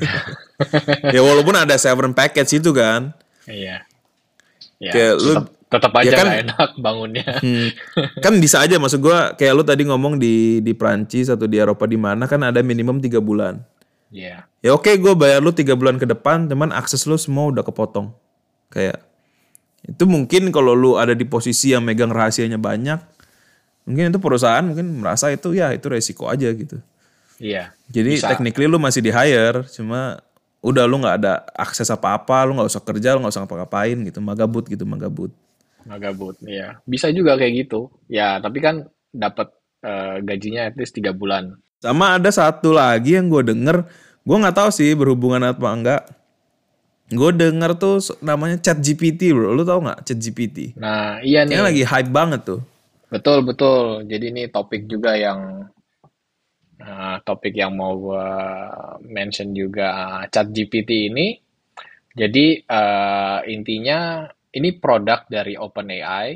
Ya walaupun ada severance package itu kan. Iya. Ya, Kayak lu tetap, tetap aja ya kan- nggak enak bangunnya. Hmm, kan bisa aja maksud gue kayak lu tadi ngomong di di Prancis atau di Eropa di mana kan ada minimum tiga bulan. Iya. Ya oke gue bayar lu tiga bulan ke depan, cuman akses lu semua udah kepotong. Kayak itu mungkin kalau lu ada di posisi yang megang rahasianya banyak, mungkin itu perusahaan mungkin merasa itu ya itu resiko aja gitu. Iya. Jadi Bisa. technically lu masih di hire, cuma udah lu nggak ada akses apa-apa, lu nggak usah kerja, lu nggak usah ngapa-ngapain gitu, magabut gitu, magabut. Nggak gabut. Iya. Bisa juga kayak gitu. Ya, tapi kan dapat eh, gajinya at least tiga bulan. Sama ada satu lagi yang gue denger, gue nggak tahu sih berhubungan apa enggak. Gue denger tuh namanya ChatGPT bro, lu tau nggak ChatGPT? Nah, iya nih. Kayaknya lagi hype banget tuh. Betul, betul. Jadi ini topik juga yang eh, topik yang mau gua mention juga ChatGPT ini. Jadi eh, intinya ini produk dari OpenAI,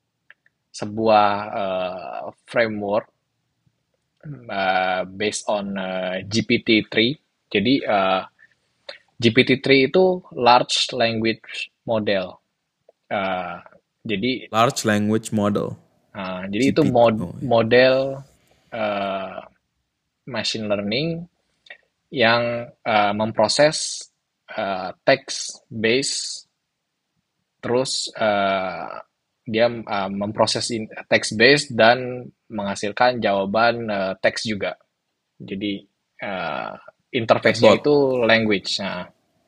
sebuah eh, framework eh, based on eh, G P T three. Jadi eh, G P T three itu large language model. Eh, jadi Large language model. Nah, jadi itu G P T. mod- Oh, iya. model eh, machine learning yang eh, memproses eh, text base, terus eh, dia eh, memproses in- text base dan menghasilkan jawaban eh, teks juga. Jadi eh, interface-nya Chatbot. itu language. Nah,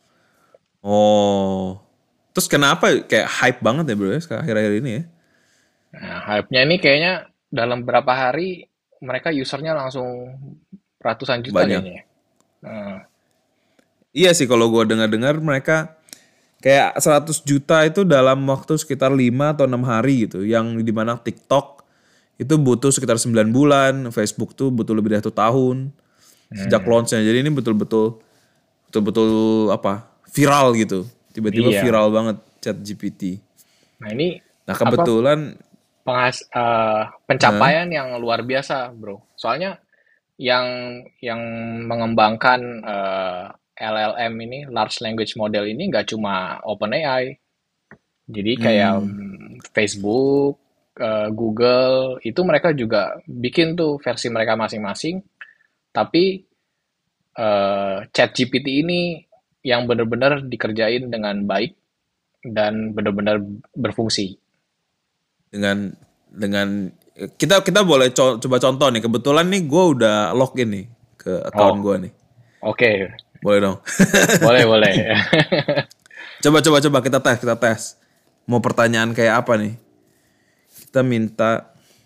Oh. Terus kenapa kayak hype banget ya bro ya sekarang akhir-akhir ini ya? nah, hype-nya ini kayaknya dalam beberapa hari mereka usernya langsung ratusan juta Banyak. kayaknya. Nah, Iya sih kalau gue dengar-dengar mereka kayak seratus juta itu dalam waktu sekitar lima atau enam hari gitu. Yang dimana TikTok itu butuh sekitar sembilan bulan, Facebook tuh butuh lebih dari satu tahun sejak launchnya. Jadi ini betul-betul betul-betul apa viral gitu. Tiba-tiba Iya. viral banget ChatGPT. Nah ini Nah kebetulan penghas- eh, pencapaian yang luar biasa, bro. Soalnya yang yang mengembangkan uh, L L M ini, large language model ini nggak cuma OpenAI. Jadi kayak Hmm. Facebook, uh, Google, itu mereka juga bikin tuh versi mereka masing-masing. Tapi uh, ChatGPT ini yang benar-benar dikerjain dengan baik dan benar-benar berfungsi. Dengan dengan kita kita boleh co- coba contoh nih. Kebetulan nih gue udah login nih ke account Oh, gue nih. oke. Boleh dong. Boleh, boleh. Coba coba coba kita tes kita tes. Mau pertanyaan kayak apa nih? Kita minta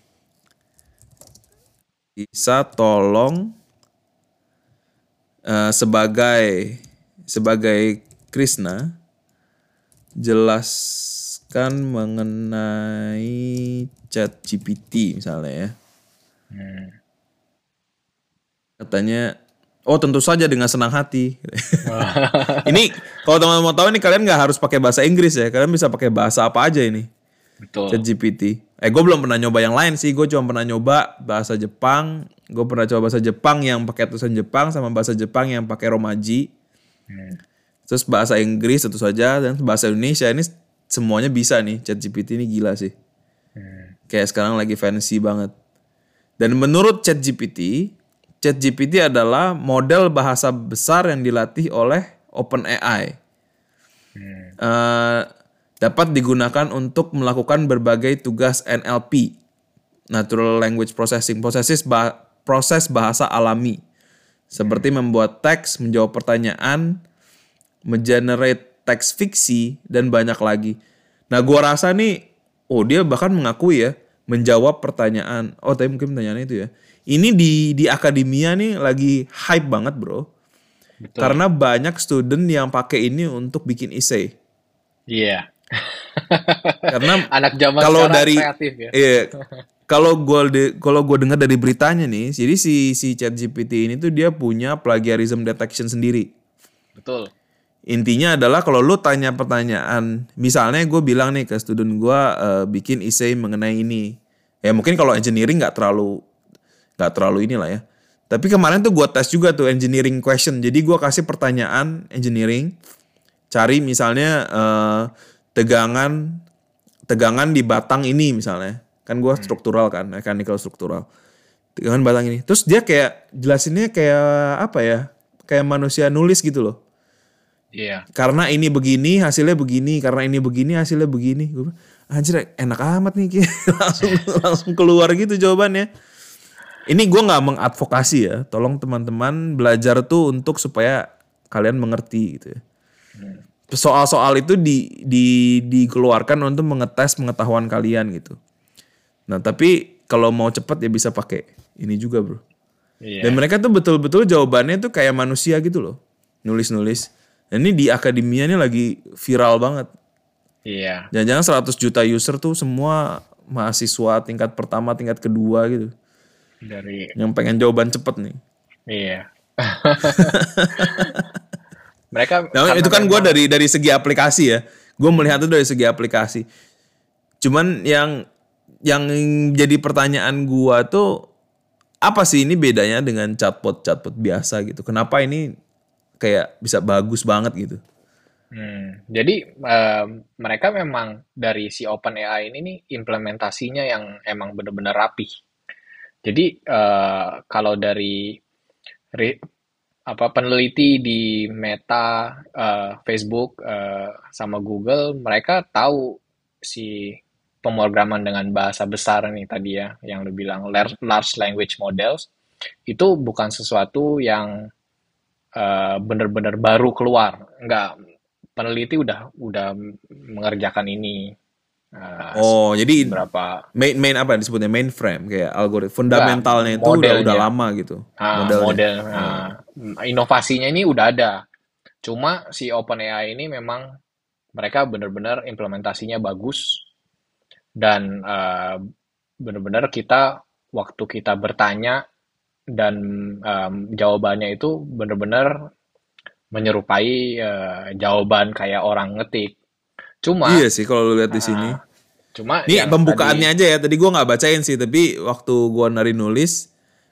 bisa tolong eh, sebagai sebagai Krishna jelaskan mengenai ChatGPT misalnya ya. Hmm. Katanya, oh tentu saja dengan senang hati. Ini kalau teman-teman mau tahu ini kalian nggak harus pakai bahasa Inggris ya, kalian bisa pakai bahasa apa aja ini. Betul. ChatGPT. Eh gue belum pernah nyoba yang lain sih, gue cuma pernah nyoba bahasa Jepang. Gue pernah coba bahasa Jepang yang pakai tulisan Jepang sama bahasa Jepang yang pakai romaji. Hmm. Terus bahasa Inggris tentu saja dan bahasa Indonesia ini semuanya bisa nih. ChatGPT ini gila sih. Hmm. Kayak sekarang lagi fancy banget. Dan menurut ChatGPT, ChatGPT adalah model bahasa besar yang dilatih oleh OpenAI. Hmm. Uh, dapat digunakan untuk melakukan berbagai tugas N L P, Natural Language Processing, proses, bah- proses bahasa alami, seperti membuat teks, menjawab pertanyaan, mengenerate teks fiksi, dan banyak lagi. Nah, gua rasa nih, oh dia bahkan mengakui ya, menjawab pertanyaan. Oh, tapi mungkin pertanyaannya itu ya. Ini di di akademia nih lagi hype banget, bro. Betul. Karena banyak student yang pakai ini untuk bikin essay. Iya. Karena Anak zaman kalau sekarang dari kreatif ya. iya, kalau gue kalau gue dengar dari beritanya nih, jadi si si ChatGPT ini tuh dia punya plagiarism detection sendiri. Betul. Intinya adalah kalau lu tanya pertanyaan, misalnya gue bilang nih ke student gue uh, bikin essay mengenai ini, ya mungkin kalau engineering nggak terlalu nggak terlalu inilah ya. Tapi kemarin tuh gue tes juga tuh engineering question, jadi gue kasih pertanyaan engineering, cari misalnya uh, tegangan tegangan di batang ini misalnya, kan gue struktural kan, mechanical struktural, tegangan batang ini, terus dia kayak jelasinnya kayak apa ya, kayak manusia nulis gitu loh. Iya. Karena ini begini hasilnya begini, karena ini begini hasilnya begini. Gue bilang, anjir enak amat nih, langsung langsung keluar gitu jawabannya. Ini gue nggak mengadvokasi ya, tolong teman-teman belajar tuh untuk supaya kalian mengerti gitu ya. Hmm. Soal-soal itu di, di dikeluarkan untuk mengetes pengetahuan kalian gitu. Nah tapi kalau mau cepat ya bisa pakai ini juga bro. Yeah. Dan mereka tuh betul-betul jawabannya tuh kayak manusia gitu loh, nulis-nulis. Dan ini di akademia ini lagi viral banget. Iya. Yeah. Jangan-jangan seratus juta user tuh semua mahasiswa tingkat pertama, tingkat kedua gitu. Dari yang pengen jawaban cepet nih. Iya. Mereka nah, itu kan memang... gue dari dari segi aplikasi ya, gue melihat itu dari segi aplikasi. Cuman yang yang jadi pertanyaan gue tuh apa sih ini bedanya dengan chatbot chatbot biasa gitu? Kenapa ini kayak bisa bagus banget gitu? Hmm, jadi uh, mereka memang dari si OpenAI ini nih implementasinya yang emang benar-benar rapi. Jadi uh, kalau dari re, apa peneliti di Meta, uh, Facebook, uh, sama Google, mereka tahu si pemrograman dengan bahasa besar nih tadi ya, yang lu bilang large language models, itu bukan sesuatu yang uh, benar-benar baru keluar. Enggak, peneliti udah udah mengerjakan ini. Uh, oh, jadi berapa main main apa disebutnya mainframe kayak algoritma fundamentalnya itu udah udah lama gitu. Uh, model uh, hmm. Inovasinya ini udah ada. Cuma si OpenAI ini memang mereka benar-benar implementasinya bagus dan uh, benar-benar kita waktu kita bertanya dan um, jawabannya itu benar-benar menyerupai uh, jawaban kayak orang ngetik. Cuma iya sih kalau lu lihat di sini. Uh, cuma ini pembukaannya tadi, aja ya. Tadi gue nggak bacain sih, tapi waktu gue nari nulis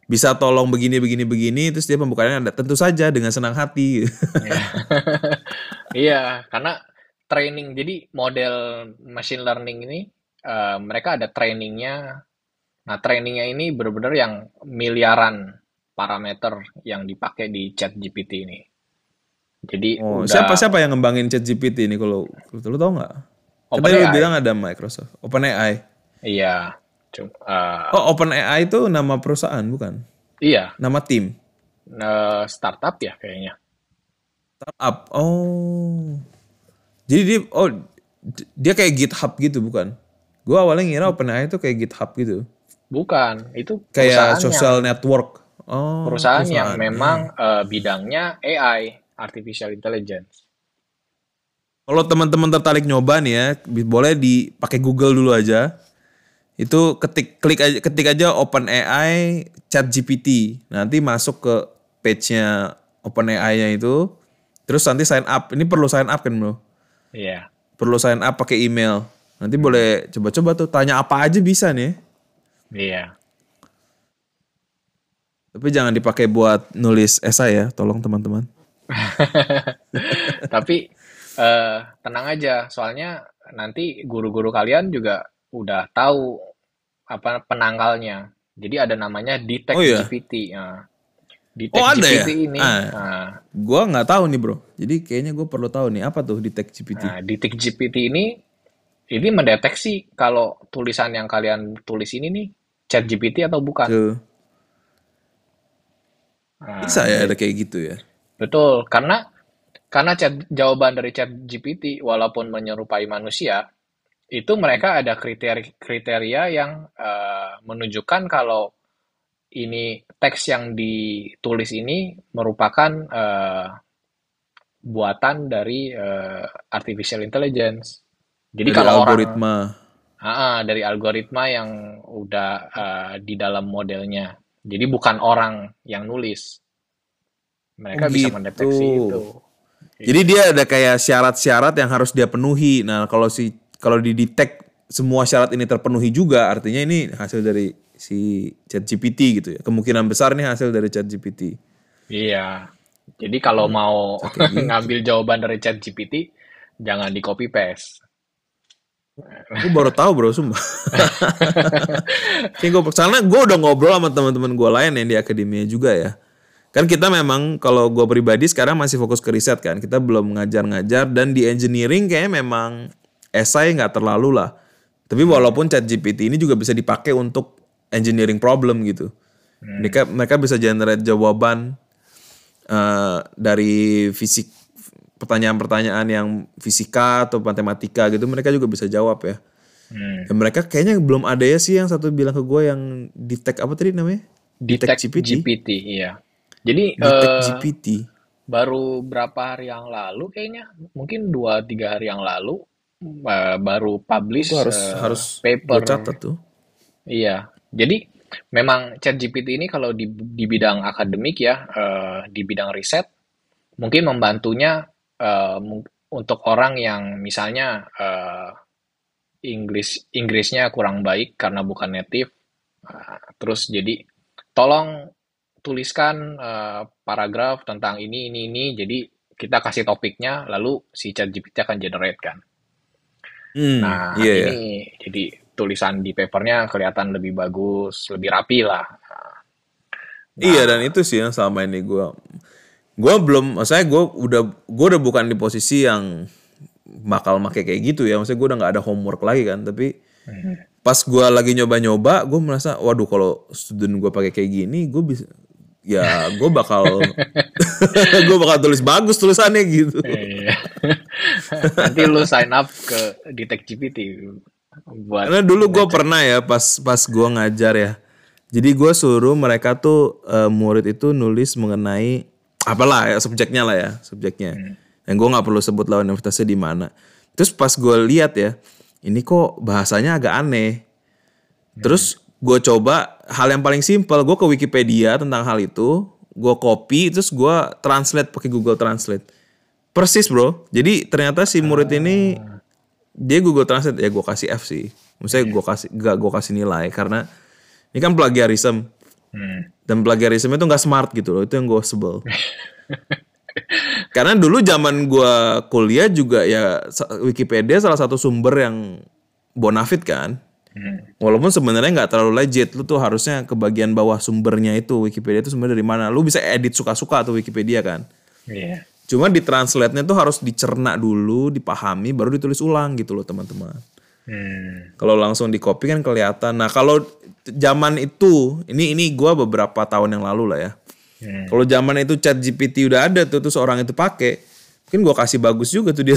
bisa tolong begini begini begini, terus dia pembukaannya ada tentu saja dengan senang hati. Iya. Iya, karena training, jadi model machine learning ini eh, mereka ada trainingnya. Nah, trainingnya ini benar-benar yang miliaran parameter yang dipakai di ChatGPT ini. Jadi Oh, udah siapa siapa yang ngembangin ChatGPT ini kalau lu tahu nggak? Tadi lu OpenAI. bilang ada Microsoft, OpenAI. Iya, cum- eh, Oh, OpenAI itu nama perusahaan bukan? iya, Nama tim. eh, startup ya kayaknya. Startup. Oh. Jadi dia oh d- dia kayak GitHub gitu bukan? Gua awalnya ngira OpenAI itu kayak GitHub gitu. Bukan, itu Kayak perusahaan yang social network. Oh, perusahaan yang perusahaannya. memang eh, bidangnya A I, artificial intelligence. Kalau teman-teman tertarik nyoba nih ya, bi- boleh dipakai Google dulu aja. Itu ketik klik aja ketik aja OpenAI ChatGPT. Nanti masuk ke page-nya OpenAI-nya itu. Terus nanti sign up. Ini perlu sign up kan, Bro? Iya. Perlu sign up pakai email. Nanti boleh coba-coba tuh tanya apa aja bisa nih. Iya. Tapi jangan dipakai buat nulis esai ya, tolong teman-teman. Tapi eh, tenang aja, soalnya nanti guru-guru kalian juga udah tahu apa penanggalnya. Jadi ada namanya Detect Oh iya? G P T. Nah, Detect Oh, ada G P T ya? ini, Ah. nah, Gua nggak tahu nih, Bro. Jadi kayaknya gue perlu tahu nih apa tuh Detect G P T. nah, Detect G P T ini ini mendeteksi kalau tulisan yang kalian tulis ini nih Chat G P T atau bukan. Tuh. Nah, Bisa ya ada kayak gitu ya. betul, karena karena chat, jawaban dari Chat G P T walaupun menyerupai manusia, itu mereka ada kriteria-kriteria yang eh, menunjukkan kalau ini teks yang ditulis ini merupakan eh, buatan dari eh, artificial intelligence. Jadi Dari kalau orang algoritma. ah, ah, dari algoritma yang udah eh, di dalam modelnya. Jadi bukan orang yang nulis. Mereka Oh bisa gitu. mendeteksi itu. Jadi dia ada kayak syarat-syarat yang harus dia penuhi. Nah, kalau si kalau didetect semua syarat ini terpenuhi juga, artinya ini hasil dari si ChatGPT gitu ya. Kemungkinan besar nih hasil dari ChatGPT. Iya. Jadi kalau mau Kayak gitu. ngambil jawaban dari Chat G P T, jangan di copy paste. Gue baru tahu bro, sumpah. Kayak gue, soalnya gue udah ngobrol sama teman-teman gue lain yang di akademia juga ya. Kan kita memang kalau gue pribadi sekarang masih fokus ke riset kan. Kita belum ngajar-ngajar dan di engineering kayaknya memang esai nggak terlalu lah. Tapi walaupun ChatGPT ini juga bisa dipakai untuk engineering problem gitu. Mereka mereka bisa generate jawaban uh, dari fisik, pertanyaan-pertanyaan yang fisika atau matematika gitu, mereka juga bisa jawab ya. Hmm. Dan mereka kayaknya belum ada ya sih yang satu bilang ke gue yang detect apa tadi namanya? Detect G P T. G P T, iya. Jadi Detect eh, G P T. baru berapa hari yang lalu kayaknya, mungkin dua tiga hari yang lalu eh, baru publish Gue harus eh, harus paper. gue catat tuh. Iya. Jadi memang ChatGPT ini kalau di di bidang akademik ya, eh, di bidang riset mungkin membantunya eh, mung- untuk orang yang misalnya eh, Inggris Inggrisnya kurang baik karena bukan native. Nah, terus jadi tolong tuliskan eh, paragraf tentang ini ini ini. Jadi kita kasih topiknya, lalu si ChatGPT akan generate kan. Hmm, Nah, iya ya. ini jadi tulisan di papernya kelihatan lebih bagus, lebih rapi lah. Iya, Nah, dan itu sih yang selama ini gue gue belum, maksudnya gue udah gue udah bukan di posisi yang bakal make kayak gitu ya. Maksudnya gue udah nggak ada homework lagi kan. Tapi pas gue lagi nyoba-nyoba, gue merasa waduh kalau student gue pakai kayak gini, gue bisa ya gue bakal gue bakal tulis bagus tulisannya gitu. iya. Nanti lu sign up ke Detect G P T buat Karena dulu gue ngecek. pernah ya pas pas gue ngajar ya. Jadi gue suruh mereka tuh eh, murid itu nulis mengenai apalah ya subjeknya lah ya subjeknya. Dan gue nggak perlu sebut lah universitasnya di mana. Terus pas gue lihat ya, ini kok bahasanya agak aneh. Terus gue coba hal yang paling simpel, gue ke Wikipedia tentang hal itu, gue copy, terus gue translate pakai Google Translate. Persis bro. Jadi ternyata si murid ini dia Google Translate ya gue kasih F sih. Maksudnya gue kasih gak gue kasih nilai karena ini kan plagiarism. Hmm. Dan plagiarisme itu nggak smart gitu loh, itu yang gue sebel. Karena dulu zaman gue kuliah juga ya Wikipedia salah satu sumber yang bonafit kan. Hmm. Walaupun sebenarnya nggak terlalu legit, lu tuh harusnya ke bagian bawah sumbernya itu Wikipedia itu sebenarnya dari mana. Lu bisa edit suka-suka tuh Wikipedia kan. Iya. Cuma di translate-nya tuh harus dicerna dulu, dipahami, baru ditulis ulang gitu loh teman-teman. Hmm. Kalau langsung di copy kan kelihatan. Nah kalau zaman itu, ini ini gue beberapa tahun yang lalu lah ya. Hmm. Kalau zaman itu ChatGPT udah ada tuh, terus orang itu pakai, mungkin gue kasih bagus juga tuh dia.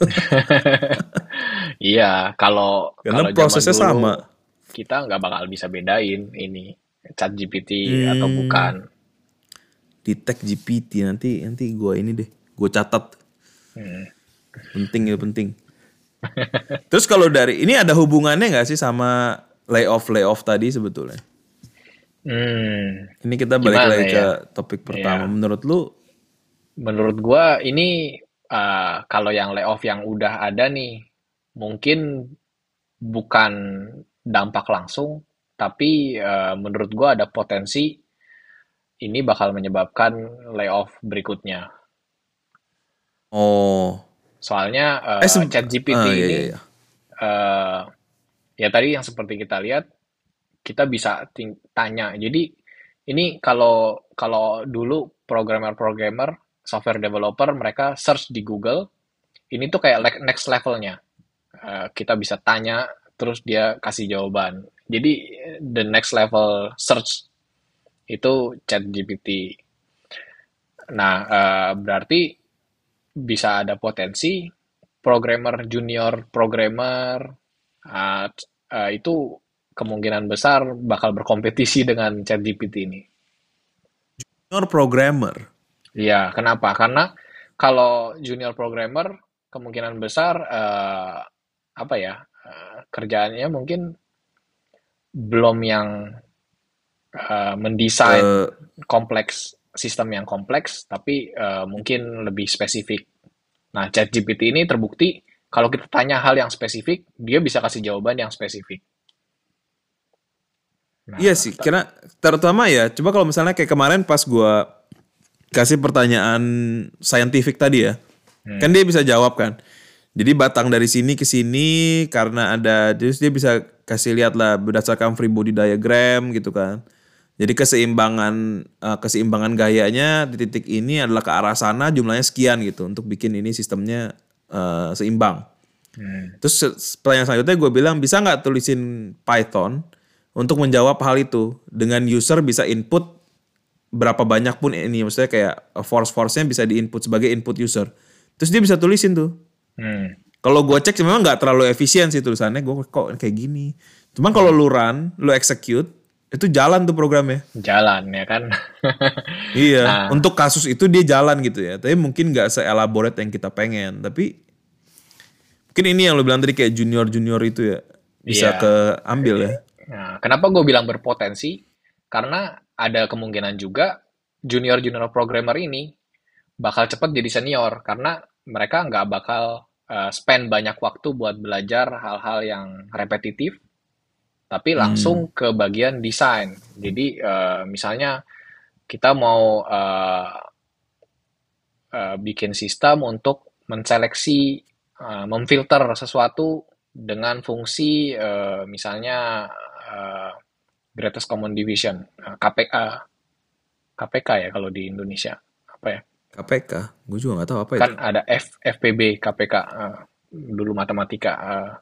Iya, kalau Karena kalau prosesnya zaman dulu sama. kita nggak bakal bisa bedain ini ChatGPT atau Hmm. bukan. Di tag G P T nanti nanti gue ini deh, gue catat. Hmm. Penting ya penting. Terus kalau dari ini ada hubungannya nggak sih sama layoff layoff tadi sebetulnya? Hmm. Ini kita balik Gimana lagi ke ya? topik pertama. Iya. Menurut lu? Menurut gua ini eh, kalau yang layoff yang udah ada nih mungkin bukan dampak langsung, tapi eh, menurut gua ada potensi ini bakal menyebabkan layoff berikutnya. Oh, Soalnya eh eh, se- ChatGPT ah, iya ini iya iya. eh, ya tadi yang seperti kita lihat kita bisa ting- tanya. Jadi ini kalau kalau dulu programmer-programmer, software developer mereka search di Google, ini tuh kayak le- next levelnya. Eh, kita bisa tanya terus dia kasih jawaban. Jadi the next level search itu ChatGPT. Nah, eh, berarti bisa ada potensi programmer junior programmer ah, eh, itu kemungkinan besar bakal berkompetisi dengan ChatGPT ini. Junior programmer. Iya, kenapa? Karena kalau junior programmer kemungkinan besar eh, apa ya eh, kerjaannya mungkin belum yang eh, mendesain Eh, kompleks sistem yang kompleks, tapi eh, mungkin lebih spesifik. Nah, ChatGPT ini terbukti kalau kita tanya hal yang spesifik, dia bisa kasih jawaban yang spesifik. iya Nah, sih, karena terutama ya, coba kalau misalnya kayak kemarin pas gua kasih pertanyaan scientific tadi ya, kan hmm, dia bisa jawab kan. Jadi batang dari sini ke sini karena ada, terus dia bisa kasih lihat lah berdasarkan free body diagram gitu kan. Jadi keseimbangan eh, keseimbangan gayanya di titik ini adalah ke arah sana jumlahnya sekian gitu untuk bikin ini sistemnya eh, seimbang. hmm, Terus se- pertanyaan selanjutnya gue bilang bisa nggak tulisin Python untuk menjawab hal itu dengan user bisa input berapa banyak pun ini, maksudnya kayak force force-nya bisa diinput sebagai input user. Terus dia bisa tulisin tuh. hmm, Kalau gue cek sih memang nggak terlalu efisien sih tulisannya, gue kok kayak gini. Cuman kalau lu run, lu execute, itu jalan tuh programnya. jalan ya kan. Iya, Nah, untuk kasus itu dia jalan gitu ya. Tapi mungkin nggak se-elaborate yang kita pengen. Tapi mungkin ini yang lu bilang tadi kayak junior-junior itu ya bisa iya. keambil ya. Nah, kenapa gue bilang berpotensi? Karena ada kemungkinan juga junior-junior programmer ini bakal cepat jadi senior karena mereka nggak bakal eh, spend banyak waktu buat belajar hal-hal yang repetitif, tapi Hmm. langsung ke bagian desain. Jadi eh, misalnya kita mau eh, eh, bikin sistem untuk menseleksi, eh, memfilter sesuatu dengan fungsi eh, misalnya eh, Greatest Common Division, eh, K P K, K P K ya kalau di Indonesia. Apa ya? K P K, gue juga nggak tahu apa itu. Kan ada F, FPB, K P K, eh, dulu matematika. eh.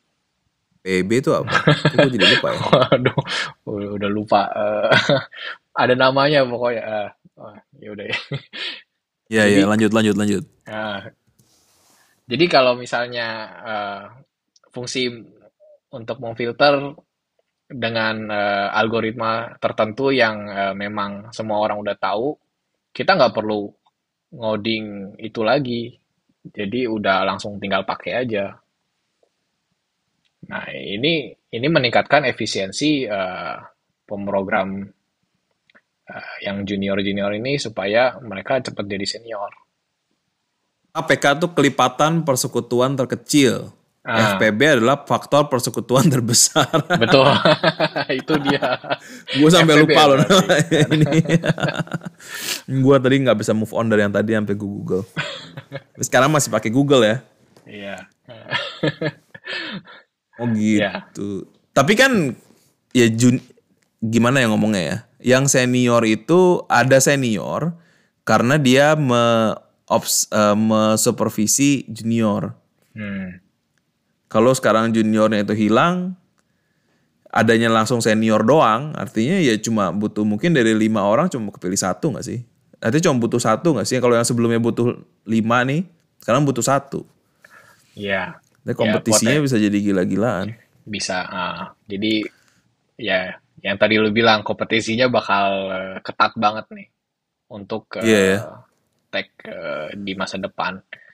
P B itu apa? Kok gue jadi lupa ya? Waduh, udah udah lupa. eh. Ada namanya pokoknya. eh. Oh, ya udah ya. Iya iya, Jadi, lanjut lanjut lanjut. eh, jadi kalau misalnya eh, fungsi untuk memfilter dengan eh, algoritma tertentu yang eh, memang semua orang udah tahu, kita nggak perlu ngoding itu lagi. Jadi udah langsung tinggal pakai aja. Nah, ini ini meningkatkan efisiensi eh, pemrogram eh, yang junior-junior ini supaya mereka cepat jadi senior. K P K tuh kelipatan persekutuan terkecil. Ah, F P B adalah faktor persekutuan terbesar. betul. Itu dia. Gue sampai F P B lupa loh berarti. namanya ini. Gue tadi nggak bisa move on dari yang tadi sampai gue Google. Sekarang masih pakai Google ya. Iya. Oh Iya. gitu. Tapi kan ya jun, gimana ya ngomongnya ya? Yang senior itu ada senior karena dia me, ops, uh, supervisi junior. Hmm. Kalau sekarang juniornya itu hilang, adanya langsung senior doang, artinya ya cuma butuh mungkin dari lima orang cuma kepilih satu nggak sih? Artinya cuma butuh satu nggak sih? Kalau yang sebelumnya butuh lima nih, sekarang butuh satu. Iya. Jadi kompetisinya Ya, bisa jadi gila-gilaan. bisa. ah. Jadi ya yang tadi lu bilang kompetisinya bakal eh, ketat banget nih untuk Iya eh, ya. tech eh, di masa depan.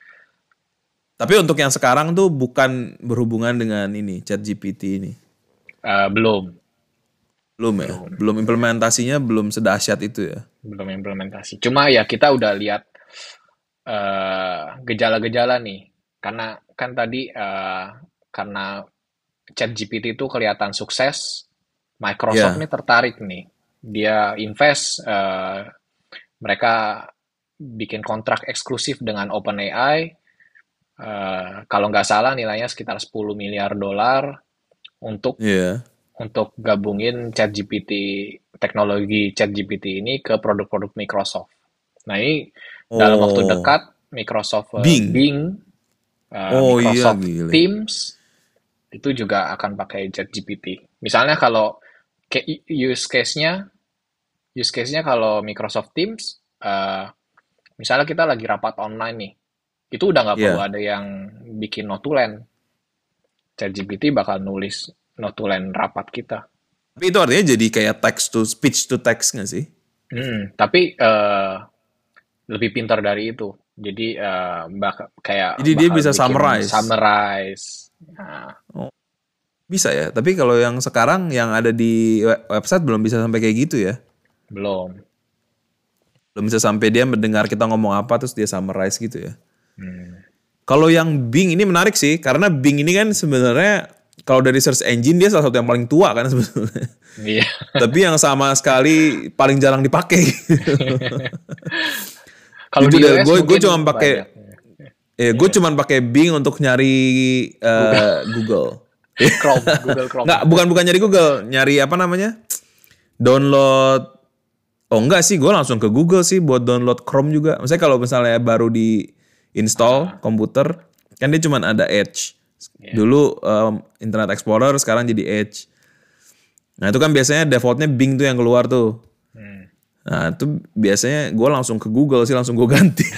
Tapi untuk yang sekarang tuh bukan berhubungan dengan ini ChatGPT ini. Eh, belum, Belum ya? Belum implementasinya belum sedahsyat itu ya. belum implementasi. Cuma ya kita udah lihat eh, gejala-gejala nih. Karena kan tadi eh, karena ChatGPT itu kelihatan sukses, Microsoft Iya. nih tertarik nih. Dia invest, eh, mereka bikin kontrak eksklusif dengan OpenAI. Eh, kalau nggak salah nilainya sekitar sepuluh miliar dolar untuk Iya. untuk gabungin ChatGPT, teknologi ChatGPT ini ke produk-produk Microsoft. Nah ini dalam waktu Oh. dekat Microsoft eh, Bing. Bing, eh, Oh iya Microsoft gile. Teams itu juga akan pakai ChatGPT. Misalnya kalau ke- use case-nya, use case-nya kalau Microsoft Teams, eh, misalnya kita lagi rapat online nih, itu udah nggak perlu Iya. ada yang bikin notulen. ChatGPT bakal nulis notulen rapat kita. Tapi itu artinya jadi kayak text to speech to text nggak sih? Hmm, tapi eh, lebih pintar dari itu. Jadi eh, bak- kayak Jadi dia bakal bisa bikin summarize. summarize. Nah, Bisa ya. Tapi kalau yang sekarang yang ada di we- website belum bisa sampai kayak gitu ya. belum. Belum bisa sampai dia mendengar kita ngomong apa terus dia summarize gitu ya. Hmm, Kalau yang Bing ini menarik sih karena Bing ini kan sebenarnya kalau dari search engine dia salah satu yang paling tua kan sebetulnya. iya. Tapi yang sama sekali paling jarang dipakai. Kalau di Jujur deh, iOS gue gue mungkin cuma pakai banyak. eh gue cuma pakai Bing untuk nyari eh, Google. Chrome, Google Chrome. Nggak, bukan bukan nyari Google, nyari apa namanya? Download. Oh enggak sih, gue langsung ke Google sih buat download Chrome juga. Misalnya kalau misalnya baru di install komputer, kan dia cuma ada Edge. Iya. Dulu um, Internet Explorer, sekarang jadi Edge. Nah itu kan biasanya defaultnya Bing tuh yang keluar tuh. Hmm. Nah itu biasanya gue langsung ke Google sih, langsung gue ganti.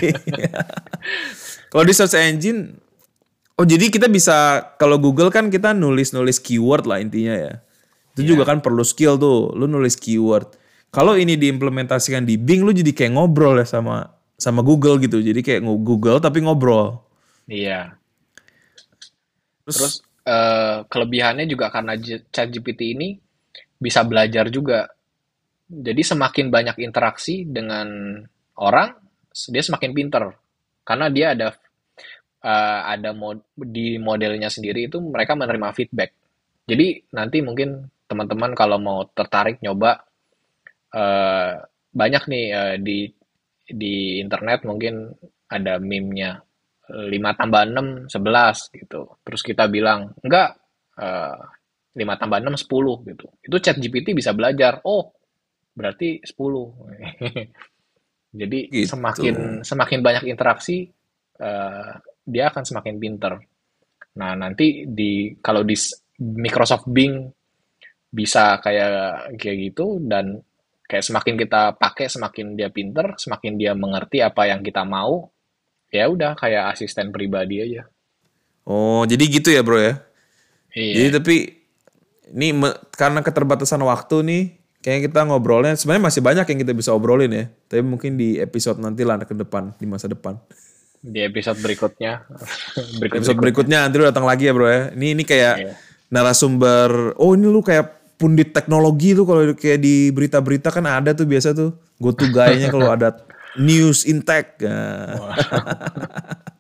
Kalau di search engine, oh jadi kita bisa, kalau Google kan kita nulis-nulis keyword lah intinya ya. Itu juga kan perlu skill tuh, lu nulis keyword. Kalau ini diimplementasikan di Bing, lu jadi kayak ngobrol ya sama sama Google gitu. Jadi kayak Google tapi ngobrol. Iya. Terus, Terus eh, kelebihannya juga karena J- ChatGPT ini bisa belajar juga. Jadi semakin banyak interaksi dengan orang, dia semakin pinter. Karena dia ada eh, ada mod, di modelnya sendiri itu mereka menerima feedback. Jadi nanti mungkin teman-teman kalau mau tertarik nyoba eh, banyak nih eh, di di internet mungkin ada meme-nya lima tambah enam sebelas gitu. Terus kita bilang, enggak, eh, lima tambah enam sepuluh gitu. Itu ChatGPT bisa belajar, oh berarti sepuluh. Jadi gitu. semakin semakin banyak interaksi, eh, dia akan semakin pinter. Nah nanti di kalau di s- Microsoft Bing bisa kayak kayak gitu dan kayak semakin kita pakai semakin dia pinter, semakin dia mengerti apa yang kita mau, ya udah kayak asisten pribadi aja. Oh jadi gitu ya bro ya. Jadi Iya. tapi ini me- karena keterbatasan waktu nih, kayaknya kita ngobrolnya sebenarnya masih banyak yang kita bisa obrolin ya. Tapi mungkin di episode nanti lah ke depan, di masa depan. Di episode berikutnya, berikut Episode berikutnya nanti lu datang lagi ya bro ya. Ini ini kayak Iya. narasumber. Oh ini lu kayak pundit teknologi tuh kalau kayak di berita-berita kan ada tuh biasa tuh. Go to guy-nya kalau ada news in tech. Nah.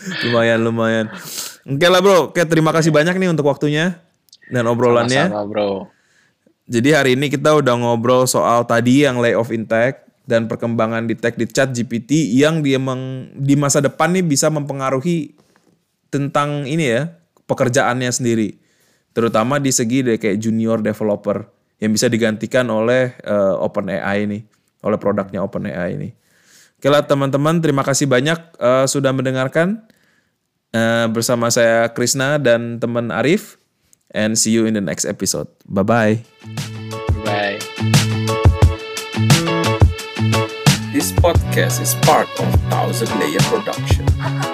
lumayan, lumayan. Oke lah bro, oke terima kasih banyak nih untuk waktunya dan obrolannya. Sama-sama bro. Jadi hari ini kita udah ngobrol soal tadi yang layoff in tech dan perkembangan di tech di ChatGPT yang dia meng, di masa depan nih bisa mempengaruhi tentang ini ya, pekerjaannya sendiri. Terutama di segi deh kayak junior developer yang bisa digantikan oleh uh, OpenAI ini, oleh produknya OpenAI ini. Oke lah teman-teman, terima kasih banyak uh, sudah mendengarkan uh, bersama saya Krisna dan teman Arif, and see you in the next episode. Bye-bye. Bye. This podcast is part of Thousand Layer Production.